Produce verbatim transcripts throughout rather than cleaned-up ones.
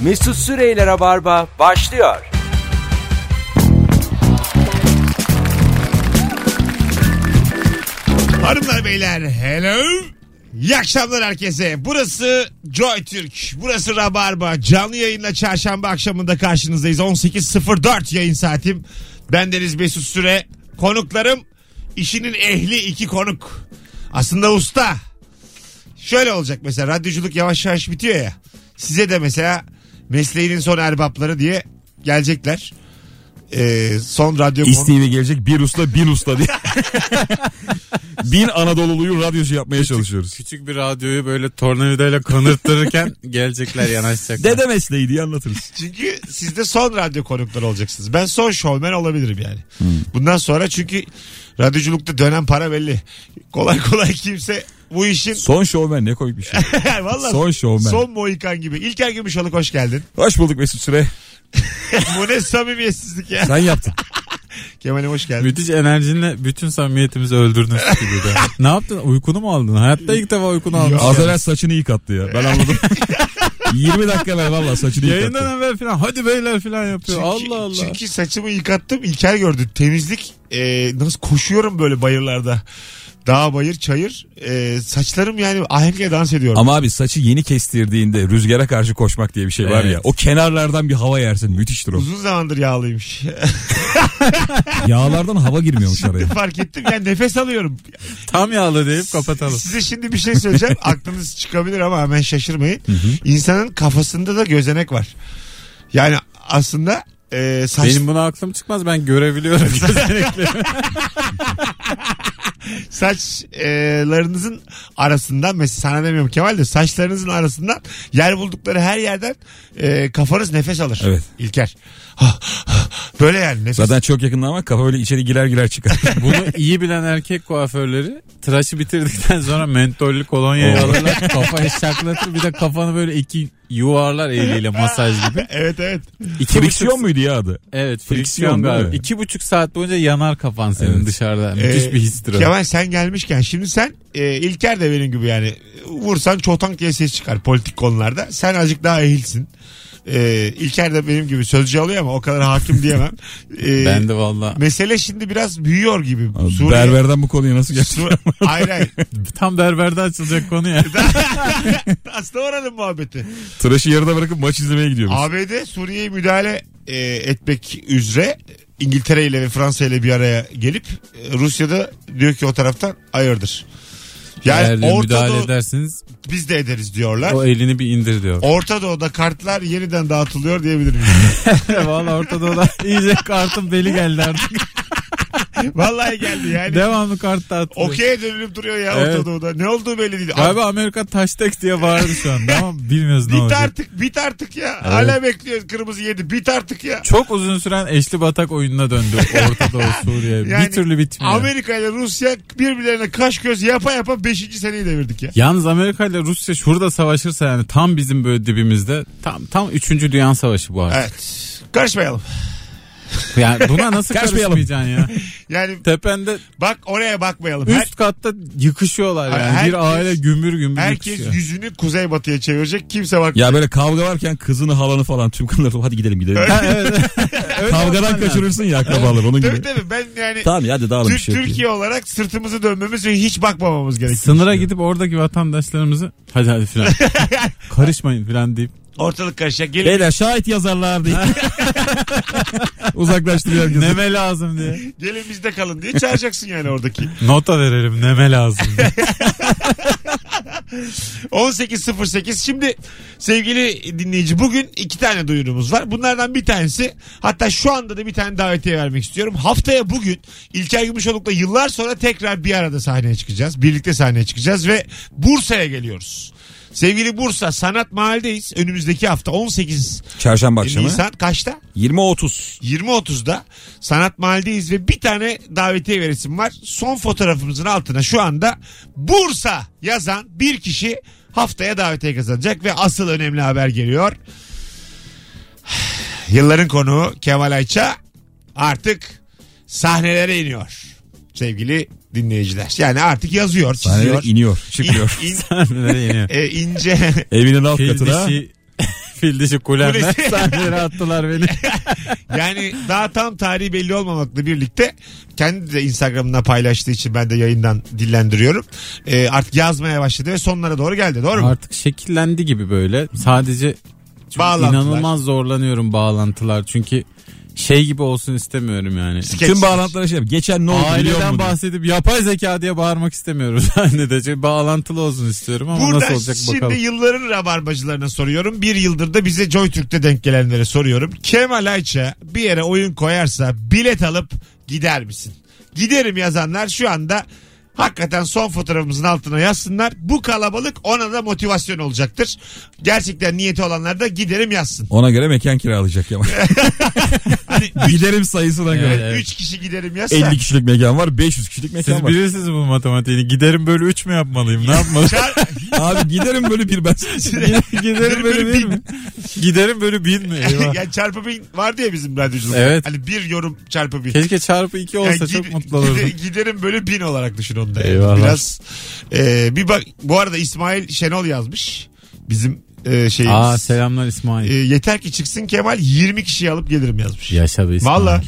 Mesut Süreyler'e Barba başlıyor. Hanımlar beyler hello. İyi akşamlar herkese. Burası Joy Türk. Burası Rabarba. Canlı yayınla çarşamba akşamında karşınızdayız. on sekiz sıfır dört yayın saatim. Bendeniz Mesut Süre. Konuklarım işinin ehli iki konuk. Aslında usta. Şöyle olacak mesela, radyoculuk yavaş yavaş bitiyor ya. Size de mesela mesleğinin son erbapları diye gelecekler. Ee, son radyo İsteğine gelecek bir usta bin usta diye. Bin Anadolu'luyu radyocu yapmaya küçük, çalışıyoruz. Küçük bir radyoyu böyle tornavidayla kanırttırırken gelecekler, yanaşacaklar. Dede mesleği diye anlatırız. Çünkü siz de son radyo konukları olacaksınız. Ben son şovmen olabilirim yani. Hmm. Bundan sonra çünkü radyoculukta dönen para belli. Kolay kolay kimse bu işin... Son şovmen ne komik bir şey. Vallahi son şovmen. Son Mohikan gibi. İlker Gümüşoluk hoş geldin. Hoş bulduk Mesut Süre. Bu ne samimiyetsizlik ya. Sen yaptın. Kemal'im hoş geldin. Müthiş enerjinle bütün samimiyetimizi öldürdün. Ne yaptın? Uykunu mu aldın? Hayatta ilk defa uykunu aldın. Az evvel saçını yıkattı ya. Ben anladım. yirmi dakika evvel valla saçını yıkattı. Yayından evvel falan hadi beyler falan yapıyor. Çünkü, Allah Allah. Çünkü saçımı yıkattım. İlker gördü. Temizlik e, nasıl koşuyorum böyle bayırlarda. Dağ bayır çayır e, saçlarım yani ahenkle dans ediyorum. Ama abi saçı yeni kestirdiğinde rüzgara karşı koşmak diye bir şey var evet. ya. O kenarlardan bir hava yersin, müthiştir o. Uzun zamandır yağlıymış. Yağlardan hava girmiyormuş şimdi araya. Fark ettim yani, nefes alıyorum. Tam yağlı deyip kapatalım. Size şimdi bir şey söyleyeceğim. Aklınız çıkabilir ama hemen şaşırmayın. Hı hı. İnsanın kafasında da gözenek var. Yani aslında e, saç... Benim buna aklım çıkmaz, ben görebiliyorum gözenekleri. Saçlarınızın arasından, mesela sana demiyorum Kemal de, saçlarınızın arasından yer buldukları her yerden e, kafanız nefes alır. Evet. İlker. Böyle yani nefes. Zaten çok yakında ama kafa böyle içeri girer girer çıkar. Bunu iyi bilen erkek kuaförleri tıraşı bitirdikten sonra mentollü kolonyayı alırlar. Kafayı şaklatır, bir de kafanı böyle iki yuvarlar eliyle, masaj gibi. Evet evet. İki friksiyon buçuk... muydu ya adı? Evet, friksiyon galiba. İki buçuk saat boyunca yanar kafan senin evet. dışarıda. Müthiş ee, bir histir o. Kemal sen gelmişken şimdi sen e, İlker de benim gibi yani vursan çotank diye ses çıkar politik konularda. Sen azıcık daha ehilsin. Ee, İlker de benim gibi sözcü alıyor ama o kadar hakim diyemem. Ee, ben de valla. Mesele şimdi biraz büyüyor gibi. Abi, Suriye... Berberden bu konuya nasıl geçti? Sur... hayır hayır. Tam berberde açılacak konu ya. Aslında oranın muhabbeti. Tıraşı yarıda bırakıp maç izlemeye gidiyoruz. A B D Suriye'ye müdahale e, etmek üzere İngiltere ile ve Fransa ile bir araya gelip Rusya'da diyor ki o taraftan hayırdır. Yani eğer müdahale edersiniz biz de ederiz diyorlar. O elini bir indir diyor. Orta Doğu'da kartlar yeniden dağıtılıyor diyebilir miyiz? Valla Orta Doğu'da iyice kartın beli geldi artık. Vallahi geldi yani. Devamlı kart dağıtılıyor. Okey'e dönülüp duruyor ya evet. Orta Doğu'da. Ne olduğu belli değil. Galiba Amerika taş tek diye bağırdı şu an. Tamam, bilmiyoruz ne bit olacak. Bit artık bit artık ya. Evet. Hala bekliyoruz, kırmızı yedi. Bit artık ya. Çok uzun süren eşli batak oyununa döndü Orta Doğu Suriye. Yani bir türlü bitmiyor. Amerika ile Rusya birbirlerine kaş göz yapa yapa beşinci seneyi devirdik ya. Yalnız Amerika ile Rusya şurada savaşırsa yani tam bizim böyle dibimizde tam tam üçüncü Dünya Savaşı bu artık. Evet. Karışmayalım. Yani buna nasıl karışmayacaksın ya? Yani tepende bak oraya bakmayalım. Üst Her, katta yıkışıyorlar yani. Herkes, bir aile gümbür gümbür herkes yıkışıyor. yüzünü kuzeybatıya çevirecek. Kimse bak. Ya böyle kavga varken kızını halanı falan tüm kızlar hadi gidelim gidelim. Ha, evet. Kavgadan kaçırırsın ya akrabalar onun gibi. Tabii tabii ben yani. Tamam ya hadi dağılın bir şey. Türkiye olarak sırtımızı dönmemiz ve hiç bakmamamız gerekiyor. Sınıra gidip oradaki vatandaşlarımızı hadi hadi filan karışmayın filan deyip. Ortalık karışacak. Gelin. Beyler şahit yazarlar diye. Uzaklaştırıyor herkesi. Neme lazım diye. Gelin bizde kalın diye çağıracaksın yani oradaki. Nota verelim neme lazım diye. on sekiz sıfır sekiz. Şimdi sevgili dinleyici, bugün iki tane duyurumuz var. Bunlardan bir tanesi, hatta şu anda da bir tane davetiye vermek istiyorum. Haftaya bugün İlker Gümüşoluk'la yıllar sonra tekrar bir arada sahneye çıkacağız. Birlikte sahneye çıkacağız ve Bursa'ya geliyoruz. Sevgili Bursa Sanat Mahal'deyiz. Önümüzdeki hafta on sekiz Çarşamba akşamı. Nisan kaçta? yirmi otuz. yirmi otuzda Sanat Mahal'deyiz ve bir tane davetiye veresim var. Son fotoğrafımızın altına şu anda Bursa yazan bir kişi haftaya davetiye kazanacak ve asıl önemli haber geliyor. Yılların konuğu Kemal Ayça artık sahnelere iniyor. Sevgili dinleyiciler. Yani artık yazıyor, çiziyor. Sahnelere iniyor, çıkıyor. İn, in, e, ince. Evinin alt katına. fil dişi kulemler Kulesi. sahnelere attılar beni. Yani daha tam tarihi belli olmamakla birlikte kendi de Instagram'ına paylaştığı için ben de yayından dillendiriyorum. Ee, artık yazmaya başladı ve sonlara doğru geldi. Doğru mu? Artık şekillendi gibi böyle. Sadece çok Bağlantılar. inanılmaz zorlanıyorum bağlantılar. Çünkü şey gibi olsun istemiyorum yani. Skeç. Tüm bağlantılara şey yap. Geçen ne oldu biliyor Aileden musun? bahsedip yapay zeka diye bağırmak istemiyorum sahnede. Çünkü bağlantılı olsun istiyorum ama Burada nasıl olacak şimdi bakalım. yılların rabarbacılarına soruyorum. Bir yıldır da bize JoyTürk'te denk gelenlere soruyorum. Kemal Ayça bir yere oyun koyarsa bilet alıp gider misin? Giderim yazanlar şu anda hakikaten son fotoğrafımızın altına yazsınlar. Bu kalabalık ona da motivasyon olacaktır. Gerçekten niyeti olanlar da giderim yazsın. Ona göre mekan kiralayacak ya. Hani Giderim sayısına göre. Evet. üç kişi giderim yazsa. elli kişilik mekan var, beş yüz kişilik mekan Siz var. bilirsiniz bu matematiğini. Giderim böyle üç mü yapmalıyım? Ne yapmalıyım? Çar- Abi giderim böyle bir ben. Giderim böyle bir mi? Giderim böyle bin mi? Eyvah. yani çarpı bin vardı ya bizim radyoculukta. Evet. Hani bir yorum çarpı bin. Keşke çarpı iki olsa Yani çok gid- mutlu olurdum. gide- Giderim böyle bin olarak düşün onu da. yani. Eyvallah. Biraz e, bir bak bu arada İsmail Şenol yazmış. Bizim e, şeyimiz. Aa selamlar İsmail. E, yeter ki çıksın Kemal yirmi kişiyi alıp gelirim yazmış. Yaşa be İsmail. Valla.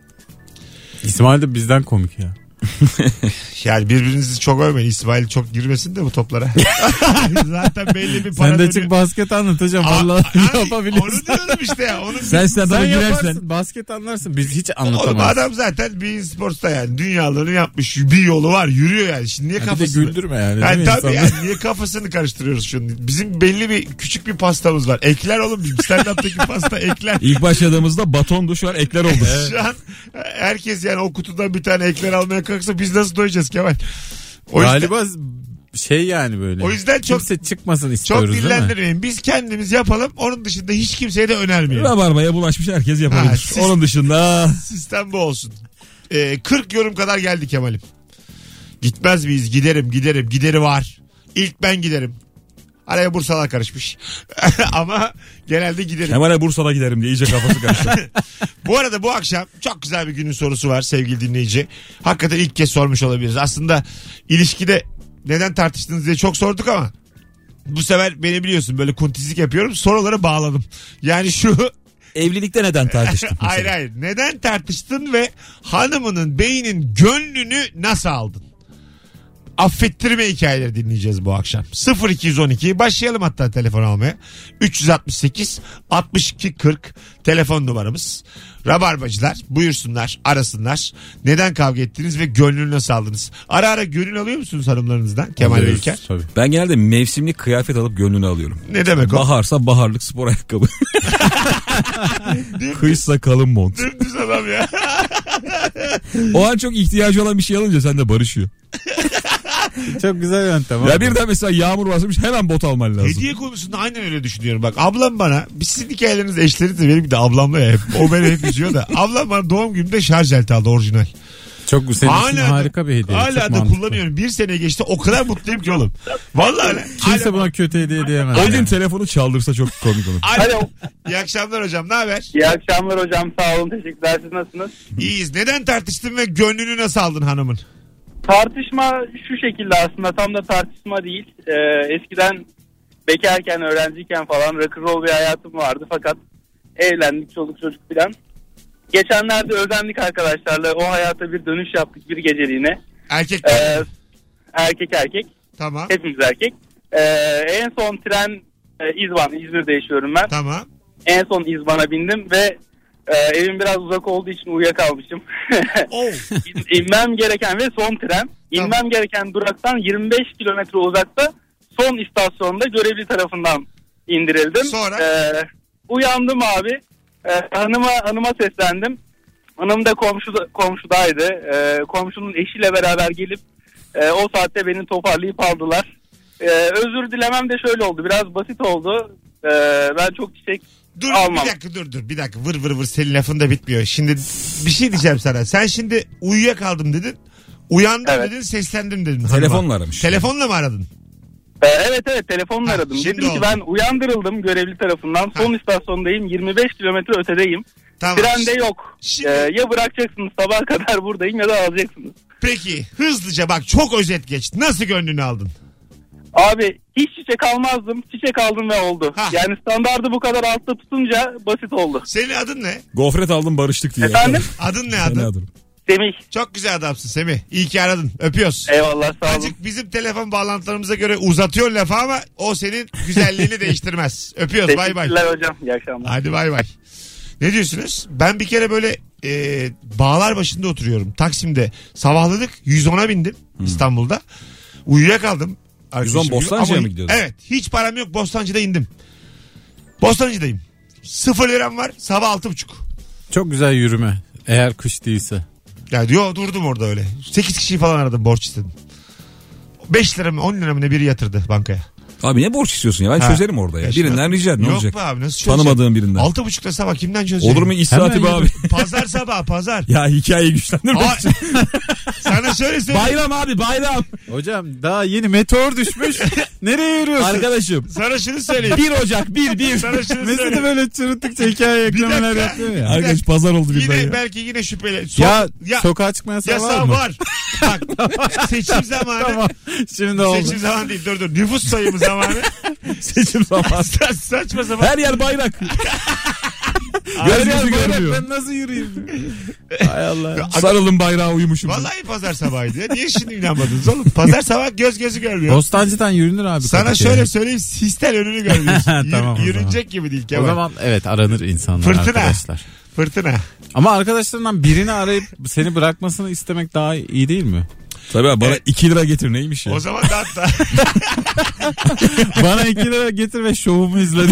İsmail de bizden komik ya. Yani birbirinizi çok övmeyin. İsmail çok girmesin de bu toplara. Zaten belli bir para Sen de dönüyor. çık basket anlatacağım. Aa, Vallahi ay, yapabilirsin. Onu diyorum işte ya. Onu Sen sen Sen girersen. yaparsın. Basket anlarsın. Biz hiç Oğlum anlatamayız. adam zaten bir sporsta yani dünyalarını yapmış bir yolu var yürüyor yani. Şimdi niye Bir de kafasını... güldürme yani. Yani değil mi tabii insanları? yani niye kafasını karıştırıyoruz şunu? Bizim belli bir küçük bir pastamız var. Ekler oğlum bizim stand-up'taki pasta ekler. İlk başladığımızda batondu, şu an ekler oldu. Şu an herkes yani o kutudan bir tane ekler almaya kalksa biz nasıl doyacağız Kemal? O yüzden, Galiba şey yani böyle. O yüzden çok- Kimse çıkmasın çok istiyoruz değil mi? dillendirmeyin. Biz kendimiz yapalım. Onun dışında hiç kimseye de önermeyelim. Rabarbaya bulaşmış herkes Ha, yapabilir. siz- Onun dışında Sistem bu olsun. Ee, kırk yorum kadar geldi Kemal'im. Gitmez miyiz? Giderim giderim. Gideri var. İlk ben giderim. Araya Bursalar karışmış. Ama genelde giderim. Kemal'e Bursa'da giderim diye iyice kafası karıştı. Bu arada bu akşam çok güzel bir günün sorusu var sevgili dinleyici. Hakikaten ilk kez sormuş olabiliriz. Aslında ilişkide neden tartıştınız diye çok sorduk ama bu sefer beni biliyorsun böyle kuntizlik yapıyorum. Soruları bağladım. Yani şu Evlilikte neden tartıştık mesela? hayır hayır neden tartıştın ve hanımının beynin gönlünü nasıl aldın? Affettirme hikayeleri dinleyeceğiz bu akşam. sıfır iki on iki başlayalım hatta telefon almaya. üç altı sekiz altmış iki kırk telefon numaramız. Rabarbacılar buyursunlar arasınlar. Neden kavga ettiniz ve gönlünü nasıl aldınız? Ara ara gönül alıyor musunuz hanımlarınızdan Kemal ve Alıyoruz, İlker? tabii. Ben genelde mevsimlik kıyafet alıp gönlünü alıyorum. Ne demek o? Baharsa baharlık spor ayakkabı. Kışsa kalın mont. Dümdüz adam ya. O an çok ihtiyacı olan bir şey alınca sen de barışıyor. Çok güzel yöntem. Ya abi. birden mesela yağmur basmış, hemen bot alman lazım. Hediye konusunda aynen öyle düşünüyorum. Bak ablam bana biz sizin hikayeleriniz eşleri de benim de ablamla ya hep. O beni hep üzüyor da. Ablam bana doğum günümde şarj aleti aldı orijinal. Çok senin için Hala da- harika bir hediye. Hala Çok da mantıklı. kullanıyorum. Bir sene geçti o kadar mutluyum ki oğlum. Vallahi öyle. Kimse Alo. buna kötü hediye diyemez. Odin telefonu çaldırsa çok komik olur. Alo. Alo. İyi akşamlar hocam ne haber? İyi akşamlar hocam, sağ olun, teşekkürler, siz nasılsınız? İyiyiz. Neden tartıştın ve gönlünü nasıl aldın hanımın? Tartışma şu şekilde, aslında tam da tartışma değil. Ee, eskiden bekarken, öğrenciyken falan rock'n'roll bir hayatım vardı, fakat evlendik, çoluk çocuk falan. Geçenlerde özendik arkadaşlarla, o hayata bir dönüş yaptık bir geceliğine. Erkek. Ee, erkek erkek, Tamam. hepimiz erkek. Ee, en son tren e, İzban, İzmir'de yaşıyorum ben. Tamam. En son İzban'a bindim ve e, evim biraz uzak olduğu için uyuyakalmışım. Oh. İn- İnmem gereken ve son tren. İnmem Tamam. gereken duraktan yirmi beş kilometre uzakta son istasyonda görevli tarafından indirildim. Sonra? Ee, uyandım abi. Ee, hanıma hanıma seslendim. Hanım da komşu komşudaydı. Ee, komşunun eşiyle beraber gelip e, o saatte beni toparlayıp aldılar. Ee, özür dilemem de şöyle oldu. Biraz basit oldu. Ee, ben çok çiçek Dur almam. bir dakika dur dur bir dakika vır vır vır senin lafın da bitmiyor. Şimdi bir şey diyeceğim sana. Sen şimdi uyuyakaldım dedin. Uyandım Evet. dedin seslendim dedin. Telefonla hanıma. aramış. Telefonla mı aradın? Ee, evet evet telefonla Ha, aradım. şimdi Dedim oldu. ki ben uyandırıldım görevli tarafından. Son istasyondayım. yirmi beş kilometre ötedeyim. Tamam. Tren de yok. Şimdi- Ee, ya bırakacaksınız sabaha kadar buradayım ya da alacaksınız. Peki hızlıca bak çok özet geç. Nasıl gönlünü aldın? Abi hiç çiçek almazdım. Çiçek aldım ve oldu. Hah. Yani standardı bu kadar altta tutunca basit oldu. Senin adın ne? Gofret aldım barıştık diye. Efendim? Adın ne Senin adın? adın. Semih. Çok güzel adamsın Semih. İyi ki aradın. Öpüyoruz. Eyvallah sağ olun. Azıcık bizim telefon bağlantılarımıza göre uzatıyor lafı ama o senin güzelliğini değiştirmez. Öpüyoruz. Bay bay. Teşekkürler hocam. İyi akşamlar. Hadi bay bay. Ne diyorsunuz? Ben bir kere böyle e, bağlar başında oturuyorum. Taksim'de sabahladık. yüz ona bindim İstanbul'da. Uyuyakaldım. yüz on Bostancı'ya mı gidiyordun? Evet. Hiç param yok. Bostancı'da indim. Bostancı'dayım. Sıfır liram var. Sabah altı buçuk. Çok güzel yürüme. Eğer kış değilse. Ya diyor durdum orada öyle. sekiz kişiyi falan aradım borç istedim. beş lira mı on lira mı ne biri yatırdı bankaya. Abi ne borç istiyorsun ya? Ben Ha. çözerim orada ya. Ya şimdi- Birinden rica et ne Yok olacak? be abi nasıl çözeceğim? Tanımadığın birinden. Altı buçukta sabah kimden çözeceğim? Olur mu iş saati be Hemen abi? Pazar sabah pazar. Ya hikayeyi güçlendirmek Aa, için. sana şöyle söyleyeyim. Bayram abi bayram. Hocam daha yeni meteor düşmüş. Nereye yürüyorsun? Arkadaşım. Sana şunu söyleyeyim. bir Ocak bir bir. Sana şunu Mesut de söyleyeyim. böyle çırıttıkça hikaye Bir eklemeler dakika. yapıyor ya. Arkadaş pazar oldu birden Yine ya. belki yine şüpheli. Son- Ya, ya sokağa çıkma yasağı var yasağı mı? var. Bak seçim zamanı. Tamam. Şimdi oldu. Seçim zamanı değil dur dur. Nüfus sayımı zamanı. Seçim zamanı. Sa- saçma sapan. Her yer bayrak. Abi, Göz Ya gözü bayrak, görmüyor. ben nasıl yürüyeyim? Hay Allah. Sarılın bayrağa uyumuşum. Vallahi pazar sabahıydı ya. Niye şimdi inanmadınız oğlum? Pazar sabah göz gözü görmüyor. Bostancı'dan yürünür abi. Sana Kadıköy'e. şöyle söyleyeyim sistem önünü görmüyorsun. Yür- Tamam, o zaman. yürünecek gibi değil O Kemal. zaman evet aranır insanlar Fırtına. arkadaşlar. Fırtına. Ama arkadaşlarından birini arayıp seni bırakmasını istemek daha iyi değil mi? Tabii abi bana Evet. iki lira getir neymiş ya. O zaman da hatta Bana iki lira getir ve şovumu izle.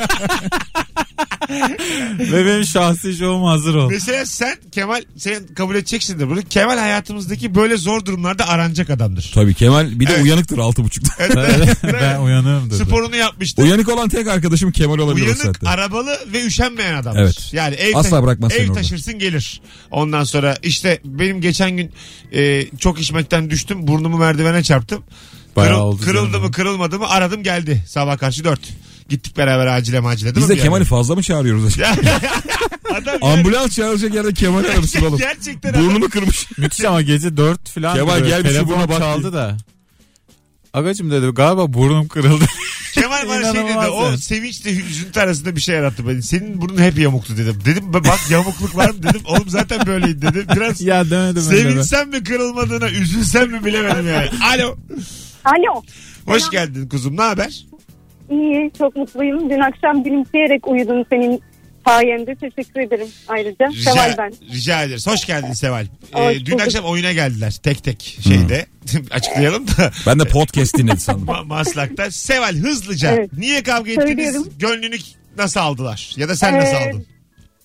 Ve benim şahsi şovum hazır ol. mesela sen Kemal sen kabul edeceksindir bunu. Kemal hayatımızdaki böyle zor durumlarda aranacak adamdır. Tabii Kemal bir de Evet. uyanıktır altı buçukta. Evet, evet, Ben evet. uyanığım dedi. Sporunu yapmıştır. Uyanık olan tek arkadaşım Kemal olabilir o Uyanık, saatte. arabalı ve üşenmeyen adamdır. Evet. Yani ev, Asla taşı- bırakmaz seni ev orada. taşırsın gelir. Ondan sonra işte benim geçen gün e, çok içmekten düştüm. Burnumu merdivene çarptım. Bayağı Kırıl- oldu kırıldı canım. mı kırılmadı mı aradım geldi. Sabah karşı dört. Gittik beraber acile macile değil Biz mi de bir Kemal'i yerde? fazla mı çağırıyoruz? Adam yani- Ambulans çağıracak yerde Kemal'i aramışsın oğlum. Gerçekten adam- Burnunu kırmış. Müthiş ama gece dört falan. Kemal böyle gel bir şu telefon buna bak çaldı da. Agacım dedi galiba burnum kırıldı. Kemal bana şey dedi İnanılmaz o yani. sevinçle üzüntü arasında bir şey yarattı beni. Senin burnun hep yamuktu dedim. Dedim bak yamukluk var mı dedim. Oğlum zaten böyleydi dedim. Biraz Ya demedim öyle. sevinsem mi kırılmadığına üzülsem mi bilemedim yani. Alo. Alo. Hoş geldin kuzum ne haber? İyi, çok mutluyum. Dün akşam gülümseyerek uyudum senin sayende. Teşekkür ederim ayrıca. Seval ben. rica ederiz. Hoş geldin Seval. Hoş Ee, dün bulduk. akşam oyuna geldiler tek tek şeyde. Açıklayalım da. Ben de podcast dinledi sandım. Ma- Maslak'ta. Seval hızlıca. Evet. Niye kavga ettiniz? Söylüyorum. Gönlünü nasıl aldılar? Ya da sen nasıl Ee, aldın?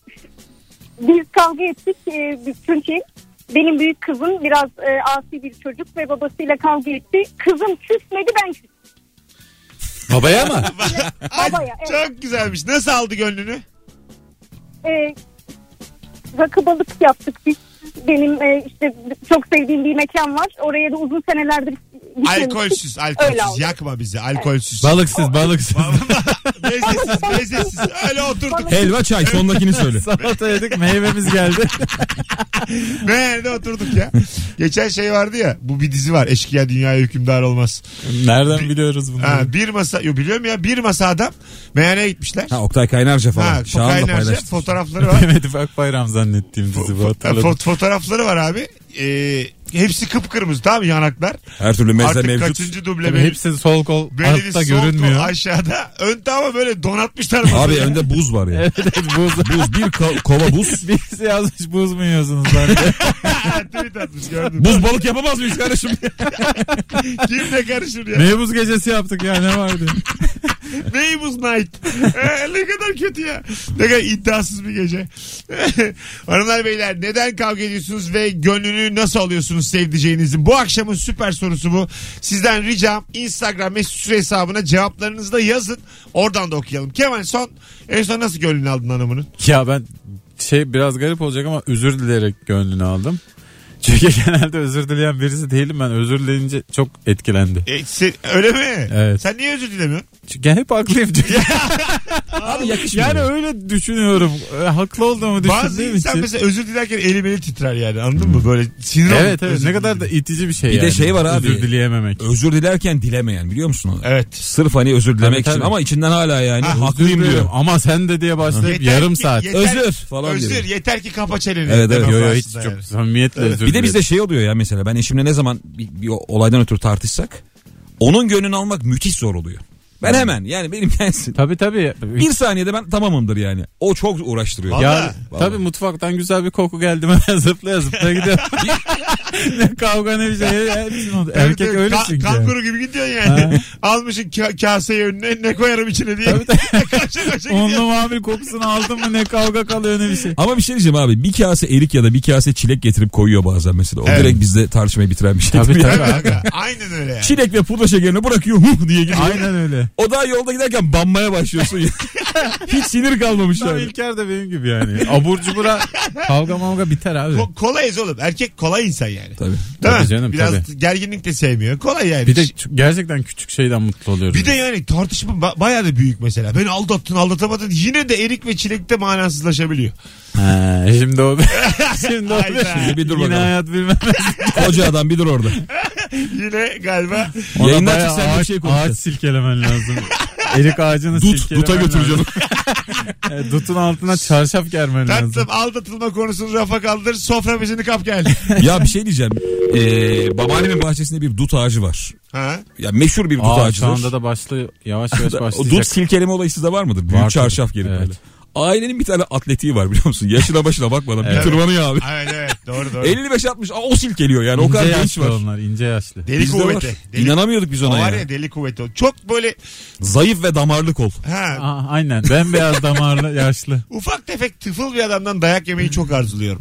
Biz kavga ettik. Ee, biz- çünkü benim büyük kızım biraz e, asi bir çocuk ve babasıyla kavga etti. Kızım küsmedi, ben küstüm. Babaya mı? Ay, babaya, evet. Çok güzelmiş. Nasıl aldı gönlünü? Ee, rakı balık yaptık biz. Benim e, işte çok sevdiğim bir mekan var. Oraya da uzun senelerdir gitmemiştik. Alkolsüz, Öyle alkolsüz. oldu. Yakma bizi. Alkolsüz. Balıksız balıksız. Lezzesiz, lezzesiz. Öyle oturduk. Helva çay sondakini söyle. Salata yedik meyvemiz geldi. Nerede oturduk ya? Geçen şey vardı ya. Bu bir dizi var. Eşkıya dünyaya hükümdar olmaz. Nereden biliyoruz bunu? Ha, bir masa, yo biliyorum ya. Bir masa adam meyhaneye gitmişler. Ha Oktay Kaynarca falan. Ha, Şahan'la Kaynarca paylaştı. fotoğrafları var. Mehmet Akbayram zannettiğim dizi bu, hatırladım. Fo- fotoğrafları var abi. Ee, hepsi kıpkırmızı tamam mı yanaklar. Her türlü meze Artık mevcut. kaçıncı duble Tabii belli. hepsi sol kol Belli altta sol kol görünmüyor. aşağıda. Ön tava böyle donatmışlar. masayı. Abi önde buz var ya. Evet, evet, buz. Buz bir ko- kova buz. Birisi yazmış buz mu yiyorsunuz lan? Tweet atmış gördün. Buz balık yapamaz mıyız kardeşim? Kim ne karışır ya? Meybuz gecesi yaptık ya, ne vardı? Neymiş night? Ee, ne kadar kötü ya. Ne kadar iddiasız bir gece. Hanımlar beyler neden kavga ediyorsunuz ve gönlünü nasıl alıyorsunuz sevdiceğinizin? Bu akşamın süper sorusu bu. Sizden ricam Instagram mesut süre hesabına cevaplarınızı da yazın. Oradan da okuyalım. Kemal son en son nasıl gönlünü aldın hanımının? Ya ben şey biraz garip olacak ama özür dileyerek gönlünü aldım. Çünkü genelde özür dileyen birisi değilim, ben özür dileyince çok etkilendi. E, sen- öyle mi? Evet. Sen niye özür dilemiyorsun? Çünkü hep haklıyım. Abi yakışmıyor. Yani öyle düşünüyorum. E, haklı olduğumu Bazı düşündüğüm insan için. mesela özür dilerken eli beli titrer yani, anladın mı? Böyle sinir Evet olup evet özür ne kadar da dilerim. itici bir şey Bir yani. de şey var abi. Özür dileyememek. Özür dilerken dilemeyen, biliyor musun onu? Evet. Sırf hani özür dilemek Tabii, için tabii. ama içinden hala yani Ha, haklıyım Özür diyor. dilerim ama sen de diye başlayıp Yeter yarım ki- saat. yeter- Özür falan Özür diyor. yeter ki kapa çeneni. Evet, evet. Demem Yo yo hiç aslında çok yani. samimiyetle özür Bir de dilerim. bizde şey oluyor ya, mesela ben eşimle ne zaman bir, bir olaydan ötürü tartışsak onun gönlünü almak müthiş zor oluyor. Ben hemen yani benim gelsin. Tabii tabii. Bir saniyede ben tamamımdır yani. O çok uğraştırıyor. Vallahi. Ya tabii mutfaktan güzel bir koku geldi mi zıplaya zıplaya gidiyor. Ne kavga ne bir şey. Hepsini oldu. Tabii, Erkek tabii. öyle Ka- çünkü. Kanguru gibi gidiyorsun yani. Almışsın ka- kaseyi önüne, ne koyarım içine diye. Tabii, tabii. Koşa koşa Onlu gidiyor. mamul kokusunu aldın mı ne kavga kalıyor ne bir şey. Ama bir şey diyeceğim abi, bir kase erik ya da bir kase çilek getirip koyuyor bazen mesela. O Evet. direkt bizde tartışmayı bitiren bir şey. Tabii, Yani. tabii. Tabii, aga. Aynen öyle yani. Çilek ve pudra şekerini bırakıyor huh diye gidiyor. Aynen öyle. O daha yolda giderken banmaya başlıyorsun. Hiç sinir kalmamış Tam yani. İlker de benim gibi yani. Abur cubura kavga mavga biter abi. Ko- kolayız oğlum. Erkek kolay insan yani. Tabii. Değil Tabii mi? canım, Biraz tabii. gerginlik de sevmiyor. Kolay yani. Bir de ç- gerçekten küçük şeyden mutlu oluyoruz. Bir de yani tartışma ba- bayağı da büyük mesela. Beni aldattın aldatamadın. Yine de erik ve çilekte manasızlaşabiliyor. Ha, şimdi o şimdi o Hayda. Şimdi bir dur yine bakalım. hayat bilmem. Koca adam bir dur orada. Yine galiba Ona Yayından bayağı çık sen de bir ağaç, şey konuşacaksın. ağaç silkelemen lazım. Erik ağacını Dut, silkelemen duta götüreceğim. lazım. Evet, dutun altına çarşaf germen lazım. tatlım aldatılma konusunu rafa kaldır. Sofra bezini kap gel. Ya bir şey diyeceğim. Ee, babaannemin bahçesinde bir dut ağacı var. Ha? Ya meşhur bir dut Aa, ağacıdır. şu anda da başlı yavaş yavaş O başlayacak. dut silkeleme olayı sizde var mıdır? Büyük Var çarşaf tabii. gelip Evet. böyle. Ailenin bir tane atletiği var biliyor musun? Yaşına başına bakmadan bir Evet. tırmanıyor abi. Evet evet doğru doğru. elli beş altmış o silkeliyor yani, o İnce kadar genç yaşlı var. onlar ince yaşlı. Deli Bizde var. kuvveti. Deli, İnanamıyorduk biz o ona var ya. ya deli kuvveti. o. Çok böyle Zayıf ve damarlı kol. ha, Aa, aynen bembeyaz damarlı yaşlı. ufak tefek tıfıl bir adamdan dayak yemeyi çok arzuluyorum.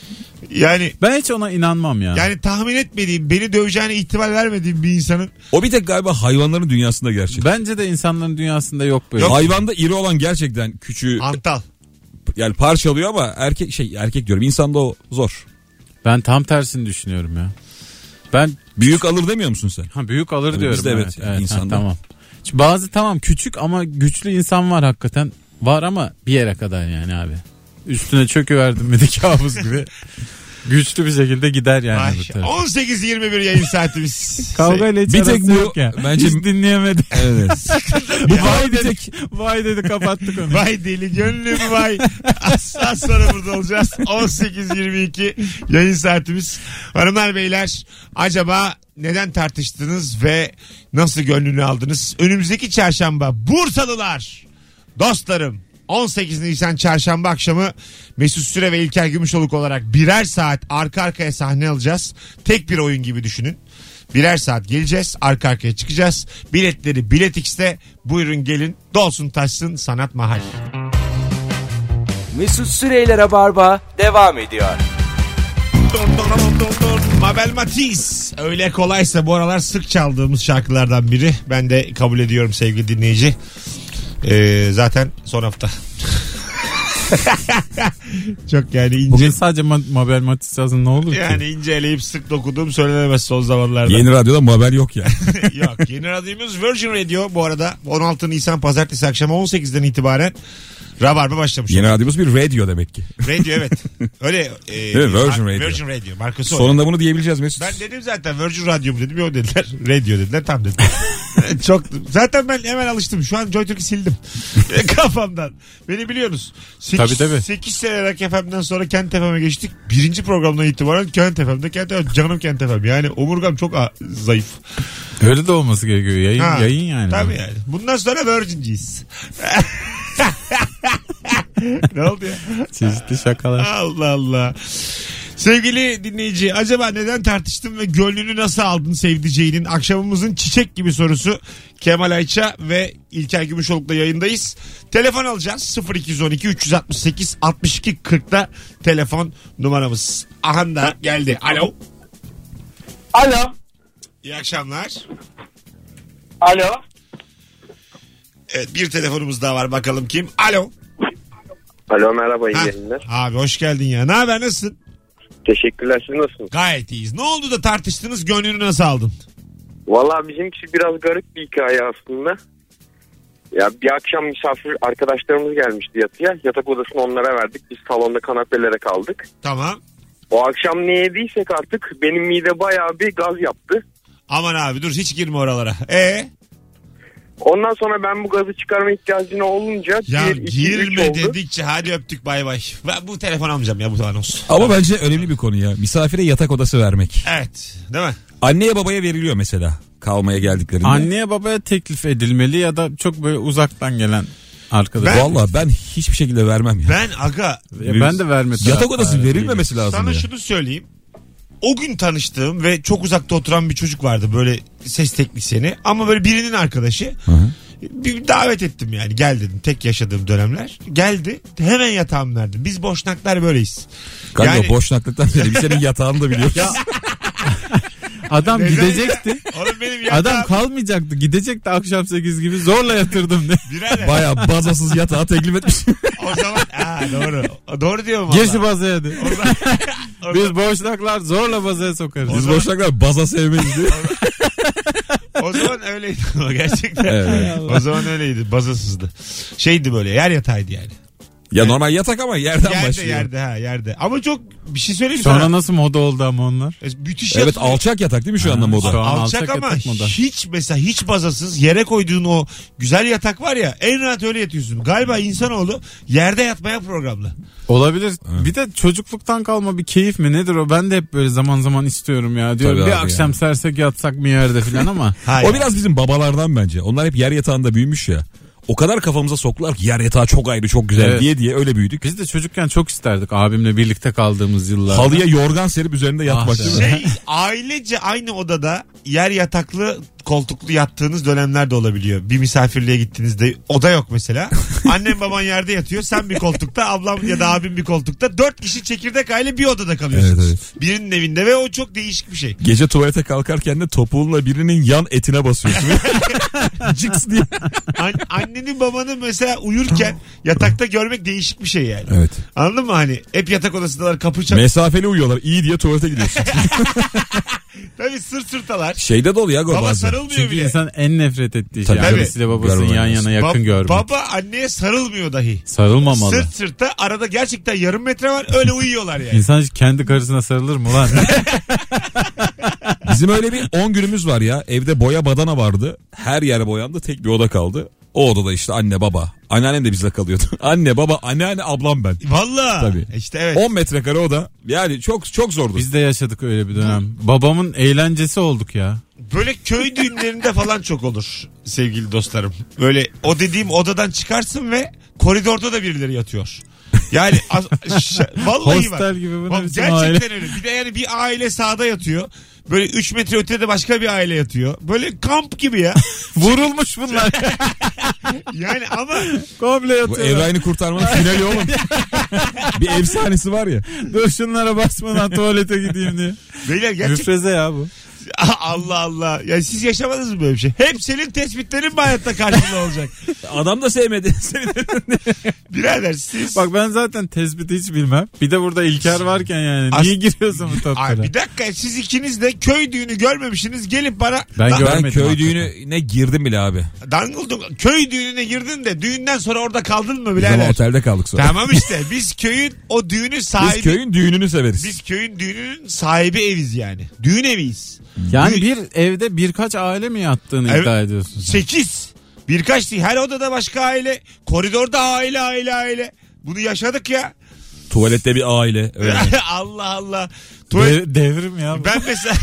Yani Ben hiç ona inanmam ya. yani tahmin etmediğim, beni döveceğine ihtimal vermediğim bir insanın O bir tek galiba hayvanların dünyasında gerçek. Bence de insanların dünyasında yok böyle. Yok. Hayvanda iri olan gerçekten küçüğü antal. yani parçalıyor ama erkek şey erkek diyorum, insanda o zor. Ben tam tersini düşünüyorum ya. Ben Büyük alır demiyor musun sen? ha, büyük alır Tabii diyorum. bizde evet, yani ha, insanda. tamam. Çünkü bazı tamam küçük ama güçlü insan var hakikaten. Var ama bir yere kadar yani abi. Üstüne çöküverdim mi de kabus gibi. Güçlü bir şekilde gider yani. Ay, bu taraf. on sekiz yirmi bir yayın saatimiz. Kavgayla hiç Bir tek arası bu- yok ya. bence- Hiç dinleyemedi. Evet. Bu vay dedik. Vay dedi kapattık onu. Vay deli gönlüm vay. Az, az sonra burada olacağız. on sekiz yirmi iki yayın saatimiz. Hanımlar beyler, acaba neden tartıştınız ve nasıl gönlünü aldınız? Önümüzdeki çarşamba Bursalılar, dostlarım, on sekiz Nisan çarşamba akşamı Mesut Süre ve İlker Gümüşoluk olarak birer saat arka arkaya sahne alacağız. Tek bir oyun gibi düşünün. Birer saat geleceğiz, arka arkaya çıkacağız. Biletleri Bilet X'te, buyurun gelin, dolsun taşsın Sanat Mahal. Mesut Süreyler'e barba devam ediyor. Mabel Matiz, öyle kolaysa bu aralar sık çaldığımız şarkılardan biri. Ben de kabul ediyorum sevgili dinleyici. Ee, zaten son hafta. Çok yani ince. Bugün sadece Ma- Mabel Matiz yazın ne olur ki? Yani inceleyip sık dokuduğum söylenemez son zamanlarda. Yeni radyoda muhaber yok yani. Yok, yeni radyomuz Virgin Radio bu arada. on altı Nisan pazartesi akşamı on sekizden itibaren Rabarba başlamış. Yeni radyomuz bir radyo demek ki. Radio evet. Öyle. E, Evet, Virgin Radio. Virgin Radio markası o. Sonunda bunu diyebileceğiz Mesut. Ben dedim zaten Virgin Radio mu dedim. Yok dediler. Radio dediler. Tam dedim. Çok zaten ben hemen alıştım. Şu an JoyTürk'ü sildim. Kafamdan. Beni biliyorsunuz. Tabii, tabii. sekiz sene Rock F M'den sonra Kent F M'e geçtik. Birinci programdan itibaren Kent F M'de Kent F M. Canım Kent F M. Yani omurgam çok a- zayıf. Öyle de olması gerekiyor. Yayın, Ha, yayın yani. Tabii yani. Bundan sonra Virgin'ciyiz. Ne oldu ya? Çeşitli şakalar. Allah Allah. Sevgili dinleyici, acaba neden tartıştın ve gönlünü nasıl aldın sevdiceğinin? Akşamımızın çiçek gibi sorusu. Kemal Ayça ve İlker Gümüşoluk'la yayındayız. Telefon alacağız. sıfır iki on iki üç altı sekiz altmış iki kırkta telefon numaramız. Aha da geldi. Alo. Alo. İyi akşamlar. Alo. Evet, bir telefonumuz daha var, bakalım kim? Alo. Alo merhaba, iyi Ha, yayınlar. abi hoş geldin ya. Ne haber, nasılsın? Teşekkürler, siz nasılsınız? Gayet iyiyiz. Ne oldu da tartıştınız, gönlünü nasıl aldın? Valla bizimkisi biraz garip bir hikaye aslında. Ya bir akşam misafir arkadaşlarımız gelmişti yatıya. Yatak odasını onlara verdik. Biz salonda kanepelere kaldık. Tamam. O akşam ne yediysek artık benim mide bayağı bir gaz yaptı. Aman abi dur hiç girme oralara. E Ondan sonra ben bu gazı çıkarma ihtiyacına olunca Ya bir, iki, üç girme oldu. dedikçe hadi öptük bay bay. Ben bu telefon almayacağım ya bu anons. Ama bence önemli bir konu ya. Misafire yatak odası vermek. Evet değil mi? Anneye babaya veriliyor mesela kalmaya geldiklerinde. Anneye babaya teklif edilmeli ya da çok böyle uzaktan gelen arkadaş. Ben- Valla ben hiçbir şekilde vermem ya. Ben aga Ya ben de verme Yatak taraftarı odası değilim. verilmemesi lazım sana ya. şunu söyleyeyim. O gün tanıştığım ve çok uzakta oturan bir çocuk vardı böyle ses teknisyeni ama böyle birinin arkadaşı. Hı hı. Bir davet ettim yani gel dedim tek yaşadığım dönemler. Geldi hemen yatağımı verdim. Biz boşnaklar böyleyiz. Galiba Yani- boşnaklıktan beri biz senin yatağını da biliyoruz. Adam Neden gidecekti. ya? Oğlum benim yatağım. Adam kalmayacaktı. Gidecekti akşam sekiz gibi zorla yatırdım de. Birader. Baya bazasız yatağı teklif etmiş. O zaman ha, doğru. Doğru diyor mu? Gir valla? şu bazaya de. O zaman- o Biz zaman- boşlaklar zorla bazaya sokarız. Biz boşnaklar baza sevmeyiz diye. O zaman öyleydi ama gerçekten. Evet. O zaman öyleydi. Bazasızdı. Şeydi böyle yer yataydı yani. Ya normal yatak ama yerden Yerde başlıyor. yerde ha yerde. Ama çok bir şey söyleyeyim mi Sonra sana. nasıl moda oldu ama onlar? E, Müthiş Evet yatıyor. alçak yatak değil mi şu anda moda? Şu an Alçak alçak ama yatak moda. hiç mesela hiç bazasız yere koyduğun o güzel yatak var ya en rahat öyle yatıyorsun. Galiba insanoğlu yerde yatmaya programlı. Olabilir. Bir de çocukluktan kalma bir keyif mi nedir o? Ben de hep böyle zaman zaman istiyorum ya. Diyorum Tabii bir abi akşam yani. sersek yatsak mı yerde falan ama. Hayır. O biraz bizim babalardan bence. Onlar hep yer yatağında büyümüş ya. O kadar kafamıza soktular ki yer yatağı çok ayrı çok güzel Evet. diye diye öyle büyüdük. Biz de çocukken çok isterdik abimle birlikte kaldığımız yıllarda. Halıya yorgan serip üzerinde yatmak Ah değil mi? Şey ailece aynı odada yer yataklı koltuklu yattığınız dönemler de olabiliyor. Bir misafirliğe gittiğinizde oda yok mesela. Annem baban yerde yatıyor. Sen bir koltukta ablam ya da abim bir koltukta. Dört kişi çekirdek aile bir odada kalıyorsunuz. Evet, Birinin evinde ve o çok değişik bir şey. Gece tuvalete kalkarken de topuğunla birinin yan etine basıyorsun. Cıks diye. An- annenin babanı mesela uyurken yatakta görmek değişik bir şey yani. Evet. Anladın mı hani? Hep yatak odasındalar kapı çal. Mesafeli uyuyorlar. İyi diye tuvalete gidiyorsun. Tabii sırt sırtalar. Şeyde de oluyor Baba bazen. sarılmıyor Çünkü bile. insan en nefret ettiği şey. Tabii. Annesiyle babasını Görmemek yan lazım. yana yakın Ba- görmek. Baba anneye sarılmıyor dahi. Sarılmamalı. Sırt sırta arada gerçekten yarım metre var öyle uyuyorlar yani. İnsan hiç kendi karısına sarılır mı lan? Bizim öyle bir on günümüz var ya. Evde boya badana vardı. Her yer boyandı. Tek bir oda kaldı. O odada işte anne baba. Anneannem de bizle kalıyordu. Anne baba anneanne ablam ben. Valla. Tabii. İşte evet. on metrekare oda. Yani çok çok zordu. Biz de yaşadık öyle bir dönem. Babamın eğlencesi olduk ya. Böyle köy düğünlerinde falan çok olur sevgili dostlarım. Böyle o dediğim odadan çıkarsın ve koridorda da birileri yatıyor. Yani az- ş- vallahi Hostel bak. gibi bu ne Bak, biçim gerçekten aile? öyle. Bir de yani bir aile sağda yatıyor. Böyle üç metre ötede başka bir aile yatıyor. Böyle kamp gibi ya. Vurulmuş bunlar. Yani ama Komple Bu yatıyorlar. Evrayını kurtarmanın finali oğlum. Bir efsanesi var ya. Dur şunlara basmadan tuvalete gideyim diye. beyler gerçekten Müfreze ya bu. Allah Allah. Ya siz yaşamadınız mı böyle bir şey? Hep senin tespitlerin mi hayatta karşılığı olacak? Adam da sevmedi. Birader siz... Bak ben zaten tespiti hiç bilmem. Bir de burada İlker varken yani. As- Niye giriyorsun bu Ay toplara? bir dakika siz ikiniz de köy düğünü görmemişsiniz gelip bana Ben Da- gör- Ben Görmedim köy hakikaten. düğününe girdim bile abi. Dangıldın köy düğününe girdin de düğünden sonra orada kaldın mı Biz ama birader? otelde kaldık sonra. Tamam işte biz köyün o düğünü sahibi Biz köyün düğününü severiz. biz köyün düğününün sahibi eviz yani. Düğün eviyiz. Yani Düğün- bir evde birkaç aile mi yattığını Evet. iddia ediyorsun sen? Sekiz. Birkaç değil her odada başka aile. Koridorda aile aile aile. Bunu yaşadık ya. Tuvalette bir aile. Öyle. Allah Allah. Tuvalet- Dev- devrim ya bu. Ben mesela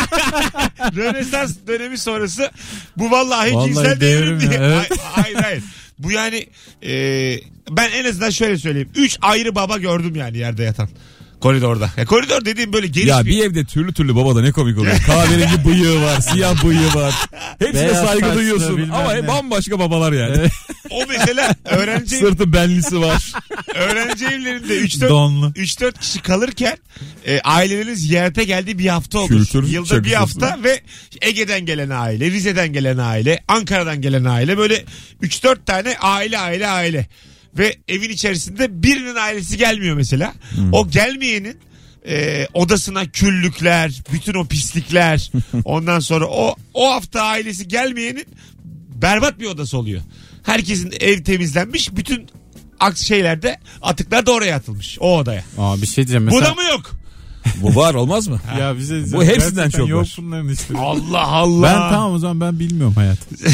Rönesans dönemi sonrası bu vallahi, Vallahi cinsel devrim devrim ya, diye. evet. Hayır hayır. Bu yani e, ben en azından şöyle söyleyeyim. Üç ayrı baba gördüm yani yerde yatan. Koridorda. Ya koridor dediğim böyle geniş Ya bir... bir evde türlü türlü baba da ne komik oluyor. Kahverengi bıyığı var, siyah bıyığı var. Hepsine Beyaz saygı saçlı duyuyorsun bilmem ama ne. bambaşka babalar yani. Evet. O mesela öğrenci Sırtı benlisi var. öğrenci evlerinde üç dört Donlu. üç dört kişi kalırken e, aileleriniz ziyarete geldiği bir hafta olur. Kültür Yılda bir çakıcısı. hafta ve Ege'den gelen aile, Rize'den gelen aile, Ankara'dan gelen aile böyle üç dört tane aile aile aile. Ve evin içerisinde birinin ailesi gelmiyor mesela. Hmm. O gelmeyenin e, odasına küllükler, bütün o pislikler, ondan sonra o o hafta ailesi gelmeyenin berbat bir odası oluyor. Herkesin ev temizlenmiş. Bütün aks şeylerde atıklar da oraya atılmış. O odaya. Aa, bir şey diyeceğim Bu mesela. da mı yok? Bu var olmaz mı? Ya bize Bu hepsinden çok yok var. bunların işte. Allah Allah. Ben tamam o zaman ben bilmiyorum hayat.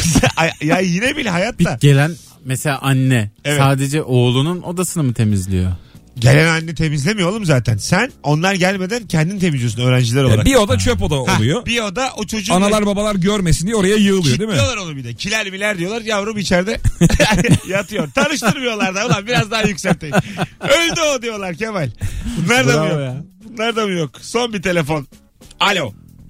Ya yine bil Bir hayatta. gelen mesela anne Evet. sadece oğlunun odasını mı temizliyor? Gelen anne temizlemiyor oğlum zaten. Sen onlar gelmeden kendin temizliyorsun öğrenciler Yani olarak. bir oda çöp oda Ha, oluyor. bir oda o çocuğun... Analar babalar görmesin diye oraya yığılıyor değil mi? Kilitliyorlar onu bir de. Kiler miler diyorlar. Yavrum içeride yatıyor. Tanıştırmıyorlar da. Ulan biraz daha yükselteyim. Öldü o diyorlar Kemal. Bunlar da mı Bravo yok? ya. Bunlar da mı yok? Son bir telefon. Alo.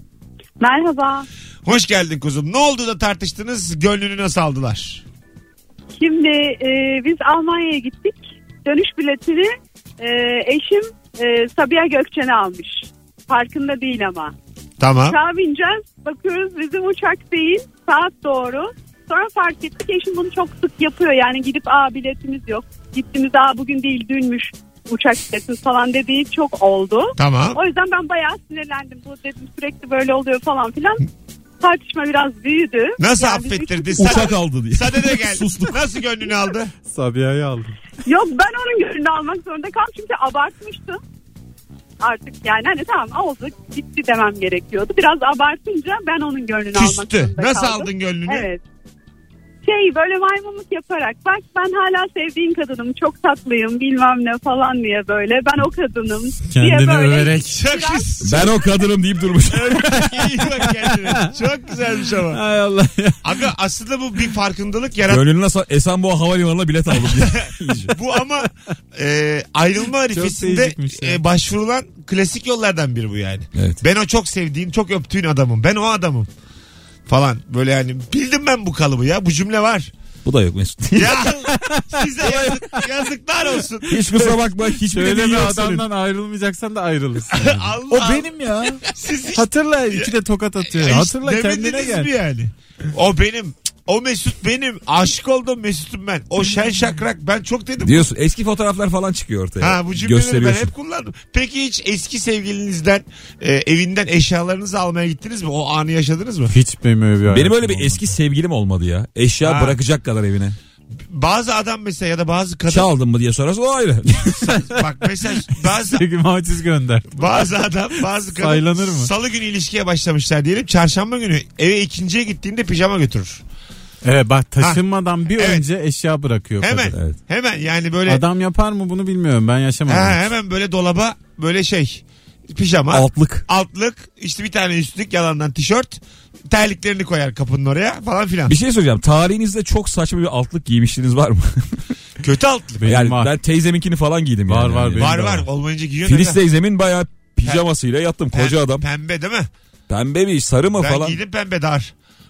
Merhaba. Hoş geldin kuzum. Ne oldu da tartıştınız? Gönlünü nasıl aldılar? Şimdi e, biz Almanya'ya gittik. Dönüş biletini e, eşim e, Sabiha Gökçen'e almış. Farkında değil ama. Tamam. Uçağa bineceğiz. Bakıyoruz bizim uçak değil. Saat doğru. Sonra fark ettik. Eşim bunu çok sık yapıyor. Yani gidip aa biletimiz yok. Gittiğimiz aa bugün değil dünmüş uçak biletimiz falan dediği çok oldu. Tamam. O yüzden ben bayağı sinirlendim. Bu dedim sürekli böyle oluyor falan filan. Tartışma biraz büyüdü. Nasıl Yani affettirdi? üç- Uçak aldı diye. Sade de gel. Nasıl gönlünü aldı? Sabiha'yı aldım. Yok ben onun gönlünü almak zorunda kaldım. Çünkü abartmıştım. Artık yani hani tamam oldu gitti demem gerekiyordu. Biraz abartınca ben onun gönlünü almak Küstü. zorunda Nasıl kaldım. aldın gönlünü? Evet. Şey böyle maymunluk yaparak bak ben hala sevdiğin kadınım çok tatlıyım bilmem ne falan diye böyle ben o kadınım diye Kendini böyle. överek. Çok, güzel. Ben o kadınım deyip durmuş. İyi bak kendine. Çok güzelmiş ama. Hay Allah ya. Aga aslında bu bir farkındalık yarat. Gönlünü nasıl Esenboğa Havalimanı'na bilet aldım diye. Bu ama e, ayrılma arifesinde değişikmiş ya. e, başvurulan klasik yollardan biri bu yani. Evet. Ben o çok sevdiğin, çok öptüğün adamım. Ben o adamım. Falan böyle yani bildim ben bu kalıbı ya bu cümle var. Bu da yok Mesut. Ya size yazık, yazıklar olsun. Hiç kusura bakma. Hiçbir Şöyle dediğin bir yok senin. adamdan ayrılmayacaksan da ayrılırsın. Yani. Allah O benim ya. Siz hiç Hatırla iki de tokat atıyor. hiç Hatırla kendine demediniz gel. mi yani? O benim. O Mesut benim. Aşık oldum Mesut'um ben. O şen şakrak ben çok dedim. Diyorsun eski fotoğraflar falan çıkıyor ortaya. Ha bu cümleleri ben Gösteriyorsun. hep kullandım. Peki hiç eski sevgilinizden e, evinden eşyalarınızı almaya gittiniz mi? O anı yaşadınız mı? Hiç benim öyle bir Benim hayatım öyle bir olmadı. eski sevgilim olmadı ya. Eşya Ha. bırakacak kadar evine. Bazı adam mesela ya da bazı kadın Çaldın mı diye sorarsa o ayrı. bak mesela bazı Sevgimi haciz gönder. bazı adam bazı kadın Saylanır mı? salı günü ilişkiye başlamışlar diyelim. Çarşamba günü eve ikinciye gittiğinde pijama götürür. Evet bak taşınmadan bir Evet. önce eşya bırakıyor. Hemen kadın. Evet. hemen yani böyle Adam yapar mı bunu bilmiyorum ben yaşamadım. ha, hemen böyle dolaba böyle şey pijama Altlık. altlık işte bir tane üstlük yalandan tişört terliklerini koyar kapının oraya falan filan. Bir şey söyleyeceğim. Tarihinizde çok saçma bir altlık giymiştiniz var mı? Kötü altlık. Benim yani var. ben teyzeminkini falan giydim. Var, yani. var, Yani. benim Var de var var. olmayınca giyiyor. Filiz neden? teyzemin bayağı pijamasıyla yattım. Koca Pem- adam. Pembe değil mi? Pembe mi sarı mı Ben falan. giydim pembe dar.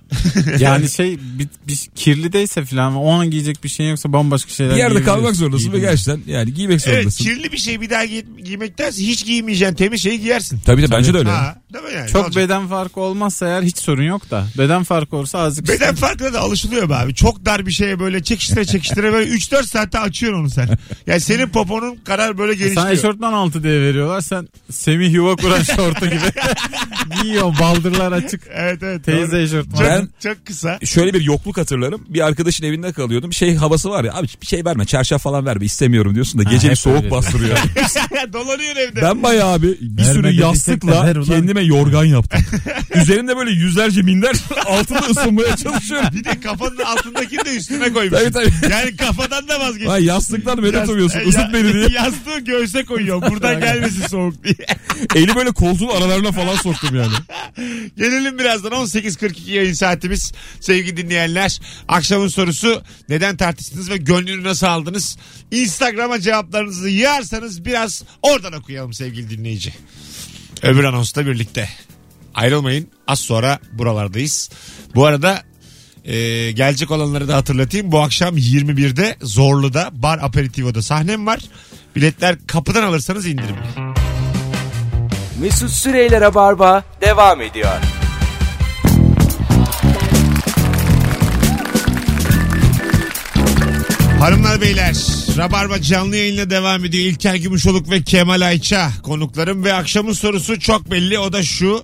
Yani şey bir, bir kirli değilse falan o an giyecek bir şey yoksa bambaşka şeyler Bir yerde giyebiliyorsun. kalmak zorundasın ve Giydim. gerçekten yani giymek Evet zorundasın. kirli bir şey bir daha giy- giymektense hiç giymeyeceğin temiz şeyi giyersin. Tabii de bence de öyle. Ha, değil mi yani? Ne Çok olacak? beden farkı olmazsa eğer hiç sorun yok da. Beden farkı olursa azıcık. Beden farkına da alışılıyor be abi. Çok dar bir şeye böyle çekiştire çekiştire böyle üç dört saatte açıyorsun onu sen. Yani senin poponun karar böyle Sana genişliyor. eşortman altı diye veriyorlar. Sen Semih yuva kuran şortu gibi giyiyorsun. Baldırlar açık. Evet evet. Teyze doğru. eşortman. Çok, Ben- çok kısa. Şöyle bir yokluk hatırlarım. Bir arkadaşın evinde kalıyordum. Şey havası var ya abi bir şey verme çarşaf falan verme istemiyorum diyorsun da Ha, gece bir hep soğuk öyle. bastırıyor. Dolanıyorsun evde. Ben bayağı abi bir Verme sürü dediysek de yastıkla ver ulan. kendime yorgan yaptım. Üzerinde böyle yüzlerce minder altında ısınmaya çalışıyorum. Bir de kafanın altındakini de üstüne koymuşsun. Tabii tabii. Yani kafadan da vazgeç. Vay yastıktan medet Yas- umuyorsun Ya- ısıt beni diye. Yastığı göğse koyuyor. Buradan gelmesin soğuk diye. Eli böyle koltuğun aralarına falan soktum yani. Gelelim birazdan on sekiz kırk iki yayın saatimiz sevgili dinleyenler. Akşamın sorusu neden tartıştınız ve gönlünü nasıl aldınız? Instagram'a cevaplarınızı yığarsanız biraz oradan okuyalım sevgili dinleyici. Öbür anonsla birlikte. Ayrılmayın az sonra buralardayız. Bu arada e, gelecek olanları da hatırlatayım. Bu akşam yirmi birde Zorlu'da Bar Aperitivo'da sahnem var. Biletler kapıdan alırsanız indirimli. Mesut Süreyler'e barba devam ediyor. Hanımlar beyler Rabarba canlı yayınla devam ediyor. İlker Gümüşoluk ve Kemal Ayça konuklarım ve akşamın sorusu çok belli, o da şu: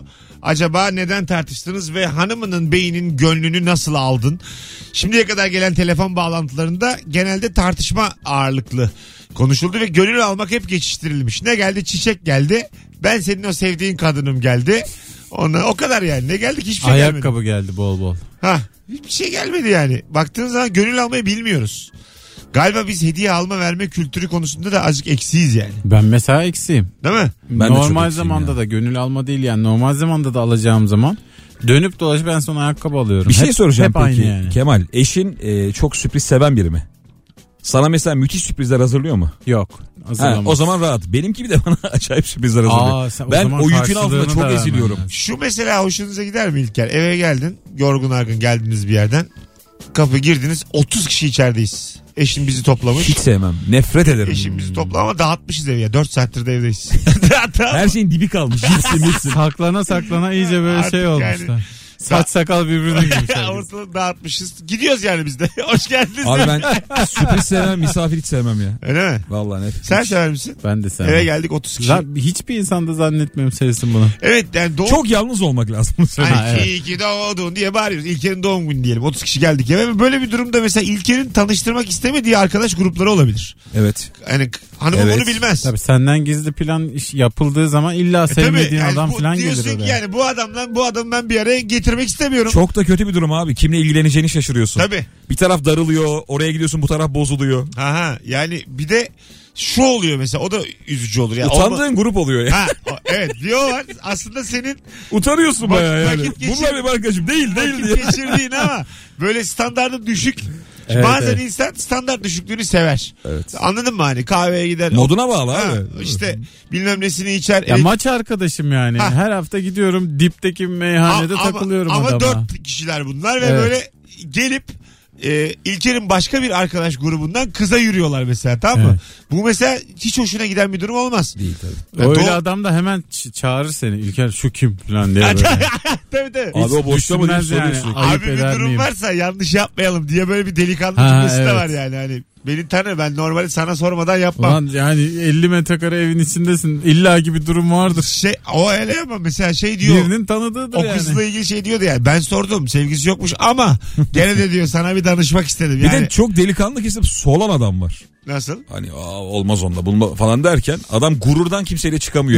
Acaba neden tartıştınız ve hanımının beynin gönlünü nasıl aldın? Şimdiye kadar gelen telefon bağlantılarında genelde tartışma ağırlıklı konuşuldu ve gönül almak hep geçiştirilmiş. Ne geldi? Çiçek geldi. Ben senin o sevdiğin kadınım geldi. Ona, o kadar yani. Ne geldi ki hiçbir şey gelmedi. Ayakkabı geldi bol bol. Ha, hiçbir şey gelmedi yani. Baktığınız zaman gönül almayı bilmiyoruz. Galiba biz hediye alma verme kültürü konusunda da azıcık eksiyiz yani. Ben mesela eksiğim. Değil mi? Ben de çok normal eksiğim zamanda ya. da gönül alma değil yani. Normal zamanda da alacağım zaman dönüp dolaşıp ben sonra ayakkabı alıyorum. Bir şey hep, soracağım hep peki. aynı yani. Kemal, eşin e, çok sürpriz seven biri mi? Sana mesela müthiş sürprizler hazırlıyor mu? Yok. Ha, o zaman rahat. Benimki de bana acayip sürprizler hazırlıyor. Aa, sen o ben zaman o yükün altında karşılığını da çok vermen eziliyorum. lazım. Şu mesela hoşunuza gider mi İlker? Eve geldin, yorgun argın geldiniz bir yerden. Kapı girdiniz, otuz kişi içerideyiz. Eşim bizi toplamış. Hiç sevmem. Nefret ederim. Eşim bizi topla ama dağıtmışız evi ya. dört saattir de evdeyiz. Her şeyin dibi kalmış. Cipsi mipsi. Saklana saklana iyice böyle Artık şey yani- olmuşlar. Saç sakal birbirine girmişler. Ortalığı dağıtmış. Gidiyoruz yani biz de. Hoş geldiniz. Abi ben sürpriz sevmem, misafir hiç sevmem ya. Öyle mi? Vallahi nefret. Sen sever misin? Ben de sevmem. Eve geldik otuz kişi. Zaten hiçbir insanda zannetmiyorum sevsin bunu. Evet yani doğum... Çok yalnız olmak lazım. bunu söylemek. Hani Ha, evet. iyi ki doğdun diye bağırıyoruz. İlker'in doğum günü diyelim. otuz kişi geldik eve. Böyle bir durumda mesela İlker'in tanıştırmak istemediği arkadaş grupları olabilir. Evet. Hani hanımı Evet. bunu bilmez. Tabii senden gizli plan iş yapıldığı zaman illa E sevmediğin tabii, yani adam bu- falan diyorsun gelir ki oraya. yani bu adamla bu adamı ben bir araya getirmek istemiyorum. Çok da kötü bir durum abi. Kimle ilgileneceğini şaşırıyorsun. Tabii. Bir taraf darılıyor, oraya gidiyorsun, bu taraf bozuluyor. Aha yani bir de şu oluyor mesela, o da üzücü olur. Yani Utandığın olma- grup oluyor ya. Ha, o- evet diyor var. Aslında senin Utanıyorsun Vak- bayağı yani. vakit geçir- Bunlar benim arkadaşım değil değil vakit diye. geçirdiğin ama böyle standartı düşük. Evet, Bazen evet. insan standart düşüklüğünü sever. Evet. Anladın mı hani, kahveye gider. Moduna bağlı Ha, abi. işte bilmem nesini içer. Ya Evet. maç arkadaşım yani. Ha. Her hafta gidiyorum dipteki meyhanede Ama- takılıyorum ama, adama. Ama dört kişiler bunlar ve Evet. böyle gelip e, İlker'in başka bir arkadaş grubundan kıza yürüyorlar mesela, tamam mı? Evet. Bu mesela hiç hoşuna giden bir durum olmaz. Değil tabii. Ya Öyle doğ- adam da hemen ç- çağırır seni. İlker şu kim falan diye böyle. tabii tabii. Abi o boşta mı diye düşünmez yani. soruyorsun. Ayıp Abi bir eder durum miyim? varsa yanlış yapmayalım diye böyle bir delikanlı Ha, cümlesi de evet. var yani. Hani beni tanı, ben normalde sana sormadan yapmam. Ulan yani elli metrekare evin içindesin. İlla ki bir durum vardır. Şey, o öyle ama mesela şey diyor. Birinin tanıdığıdır O yani. kızla ilgili şey diyordu yani. Ben sordum, sevgisi yokmuş ama gene de diyor sana bir danışmak istedim. Bir Yani de çok delikanlı kesip solan adam var. nasıl? Hani aa, olmaz onda bulma falan derken adam gururdan kimseyle çıkamıyor.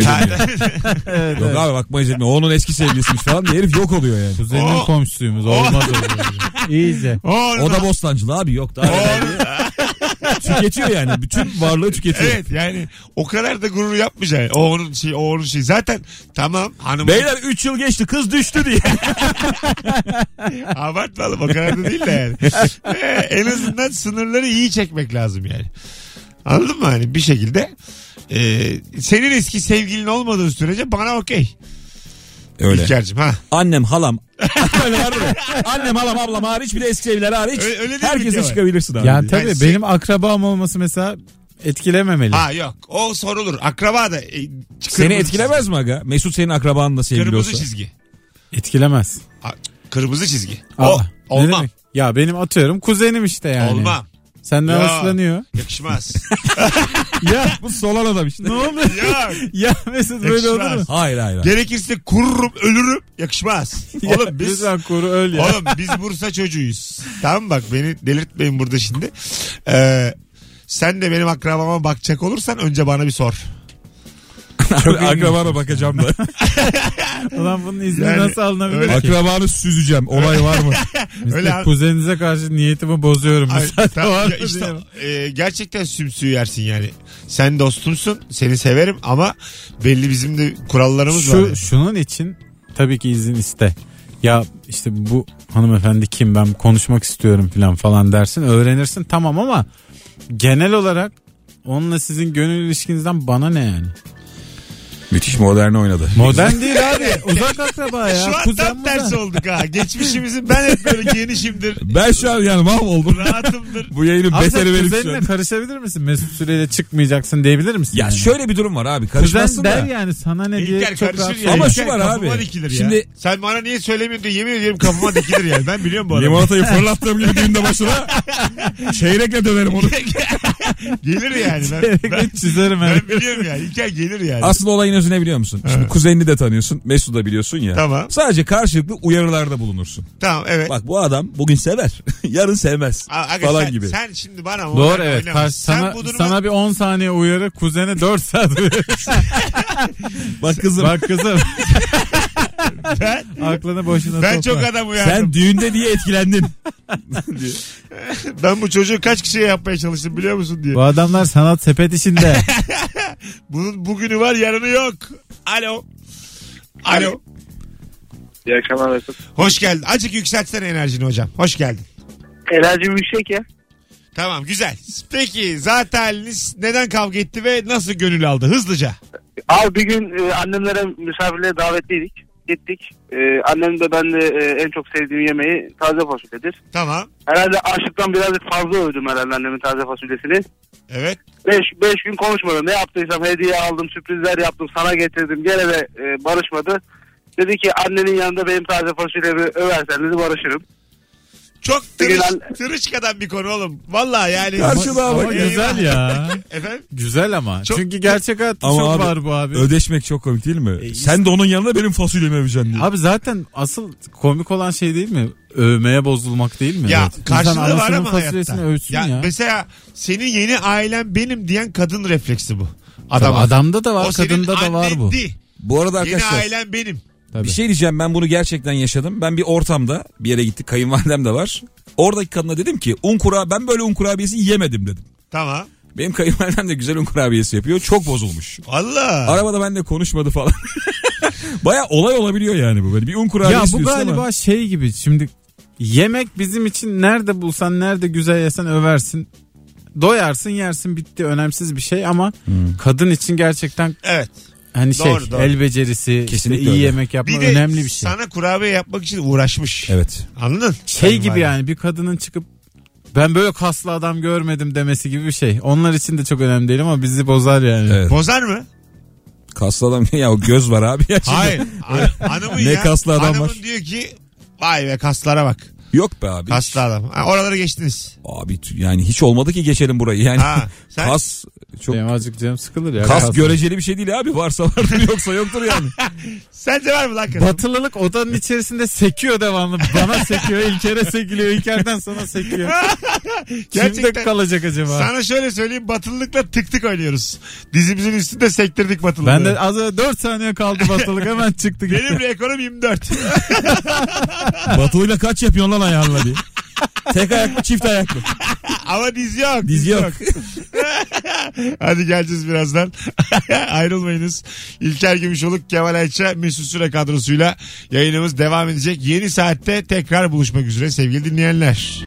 Evet, Yok evet. abi bakmayız etme, onun eski sevgilisiymiş falan diye herif yok oluyor yani. Kuzenin O- komşusuyumuz. Olmaz öyle. İyice. O da bostancılı abi, yok daha neler diye. Tüketiyor yani, bütün varlığı tüketiyor. Evet yani o kadar da gurur yapmayacak. O onun şey, o onun şey. Zaten tamam hanım. Beyler üç yıl geçti, kız düştü diye. Abartmayalım, o kadar da değil de yani. Ee, en azından sınırları iyi çekmek lazım yani. Anladın mı hani bir şekilde? Ee, senin eski sevgilin olmadığı sürece bana okey. Öyle. İlker'cim ha. Annem, halam. Öyle var mı? Annem, halam, ablam hariç, bir de eski sevgililer hariç. Öyle- öyle değil mi herkese Kemal? çıkabilirsin abi. Yani tabii Yani benim akrabam olması mesela etkilememeli. Ha yok, o sorulur. Akraba da. E, Seni kırmızı etkilemez mi aga? Mesut senin akrabanla çizgi. sevgili Kırmızı olsa. çizgi. Etkilemez. Ha, kırmızı çizgi. Aa, O, ne olmam. demek? Ya benim atıyorum kuzenim işte yani. Olmam. Senden Ya. hoşlanıyor. Yakışmaz. Ya Bu solan adam işte. ne oldu? yok. Ya Mesut böyle olur mu? Yakışmaz. Hayır hayır. hayır. Gerekirse kururum, ölürüm. Yakışmaz. Oğlum biz Lütfen koru öl ya. Oğlum biz Bursa çocuğuyuz. Tamam bak, beni delirtmeyin burada şimdi. Ee, sen de benim akrabama bakacak olursan önce bana bir sor. Çok akrabana bakacağım da. Ulan bunun izni Yani nasıl alınabilir öyle- ki? Akrabanı süzeceğim. Olay var mı? Öyle Öyle abi. kuzeninize karşı niyetimi bozuyorum. Ay, Müsaade ta- var ya mı işte, diye. e, gerçekten sümsüğü yersin yani. Sen dostumsun, seni severim ama belli bizim de kurallarımız var. Şu, yani. şunun için tabii ki izin iste. Ya işte bu hanımefendi kim, ben konuşmak istiyorum falan falan dersin, öğrenirsin tamam, ama genel olarak onunla sizin gönül ilişkinizden bana ne yani? Müthiş modern oynadı. Modern değil abi, uzak akraba ya. Şu an Kuzen tam muzen. tersi olduk ha. Geçmişimizin ben hep böyle genişimdir. Ben şu an yani mahvoldum. Rahatımdır. Bu yayının Abi sen beteri benim şu kuzenine an. karışabilir misin? Mesut Süreyle çıkmayacaksın diyebilir misin? Ya yani? şöyle bir durum var abi. Kuzen Karışmazsın der da. yani sana ne diye İlker çok karışır rahat. ya. Ama İlker şu var kafama abi. dikilir ya. Şimdi- Sen bana niye söylemiyorsun diye yemin ediyorum kafama dikilir yani. Ben biliyorum bu arada. Limonatayı fırlattığım gibi düğünde başına çeyrekle döverim onu. Gelir yani. Ben, ben, Çizerim her. ben biliyorum yani. İlker gelir yani. Aslında olay yine mevzu ne biliyor musun? Şimdi kuzenini de tanıyorsun. Mesut'u da biliyorsun ya. Tamam. Sadece karşılıklı uyarılarda bulunursun. Tamam evet. Bak bu adam bugün sever. Yarın sevmez. A- aga, falan sen, gibi. Sen şimdi bana Doğru oynama, evet. oynama. Karşı- Sen sana, bu duruma... sana bir on saniye uyarı, kuzene dört saat uyarı. Bak kızım. Bak kızım. ben, Aklını boşuna ben topla. çok adam uyardım. Sen düğünde diye etkilendin. Ben bu çocuğu kaç kişiye yapmaya çalıştım biliyor musun diye. Bu adamlar sanat sepet işinde. Bunun bugünü var yarını yok. Alo. Alo. İyi akşamlar Mesut. Hoş geldin. Azıcık yükseltsene enerjini hocam. Hoş geldin. Enerjim yüksek ya. Tamam güzel. Peki zaten haliniz neden kavga etti ve nasıl gönül aldı? Hızlıca. Abi bir gün e, annemlere misafirliğe davetliydik. Gittik. E, annem de ben de e, en çok sevdiğim yemeği taze fasulyedir. Tamam. Herhalde açlıktan birazcık fazla övdüm herhalde annemin taze fasulyesini. Evet. Beş, beş gün konuşmadım. Ne yaptıysam hediye aldım, sürprizler yaptım, sana getirdim. Gene de e, barışmadı. Dedi ki annenin yanında benim taze fasulyemi översen dedi barışırım. Çok Peki tırış, ben- tırışkadan bir konu oğlum. Vallahi yani. Karşılığa Ama bak. güzel ya. Efendim? Güzel ama. Çok- Çünkü gerçek hayatta Ama çok abi, var bu abi. Ödeşmek çok komik değil mi? E, Sen de onun yanında benim fasulyemi öveceksin diye. Abi zaten asıl komik olan şey değil mi? Övmeye bozulmak değil mi? Ya Evet. İnsan karşılığı var anasının ama fasulyesini hayatta. övsün Ya, ya. mesela senin yeni ailen benim diyen kadın refleksi bu. Tabii Adam. adamda da var, O senin kadında da var bu. annendi. Bu arada Yeni arkadaşlar ailen benim. Tabii. bir şey diyeceğim, ben bunu gerçekten yaşadım. Ben bir ortamda bir yere gittik, kayınvalidem de var. Oradaki kadına dedim ki un kura ben böyle un kurabiyesi yemedim dedim. Tamam. Benim kayınvalidem de güzel un kurabiyesi yapıyor. Çok bozulmuş. Allah. Arabada benimle konuşmadı falan. Baya olay olabiliyor yani bu. Böyle bir un Ya kurabiyesi bu diyorsun galiba ama. şey gibi, şimdi yemek bizim için nerede bulsan, nerede güzel yesen översin. Doyarsın yersin, bitti, önemsiz bir şey ama Hmm. kadın için gerçekten Evet. hani şey Doğru, doğru. el becerisi, işte Kesinlikle iyi öyle. yemek yapma Bir de önemli bir şey. sana kurabiye yapmak için uğraşmış. Evet. Anladın? Şey gibi Kayınvalide. yani, bir kadının çıkıp ben böyle kaslı adam görmedim demesi gibi bir şey. Onlar için de çok önemli değil ama bizi bozar yani. Evet. Bozar mı? Kaslı adam ya, o göz var abi ya. şimdi. Hayır. Han- hanımın Ne ya. kaslı adam hanımın var. diyor ki vay be kaslara bak. Yok be abi. Kaslı adam. Ha, oraları geçtiniz. Abi t- yani hiç olmadı ki geçelim burayı. Yani Ha, sen- kas çok Benim azıcık canım sıkılır ya. kas Kas- göreceli bir şey değil abi. Varsa vardır yoksa yoktur yani. Sence var mı lan kadın? Batılılık odanın içerisinde sekiyor devamlı. Bana sekiyor, İlker'e sekiliyor, İlker'den sana sekiyor. Kimde Gerçekten kalacak acaba? sana şöyle söyleyeyim, batılılıkla tık tık oynuyoruz. Dizimizin üstünde sektirdik batılılığı. Ben de az önce dört saniye kaldı batılık, hemen çıktı gitti. Benim rekorum yirmi dört. Batu'yla kaç yapıyorsun lan ayağınla diye. Tek ayaklı çift ayaklı. Ama diz yok. Diz yok. Hadi geleceğiz birazdan. Ayrılmayınız. İlker Gümüşoluk, Kemal Ayça, Mesut Süre kadrosuyla yayınımız devam edecek. Yeni saatte tekrar buluşmak üzere sevgili dinleyenler.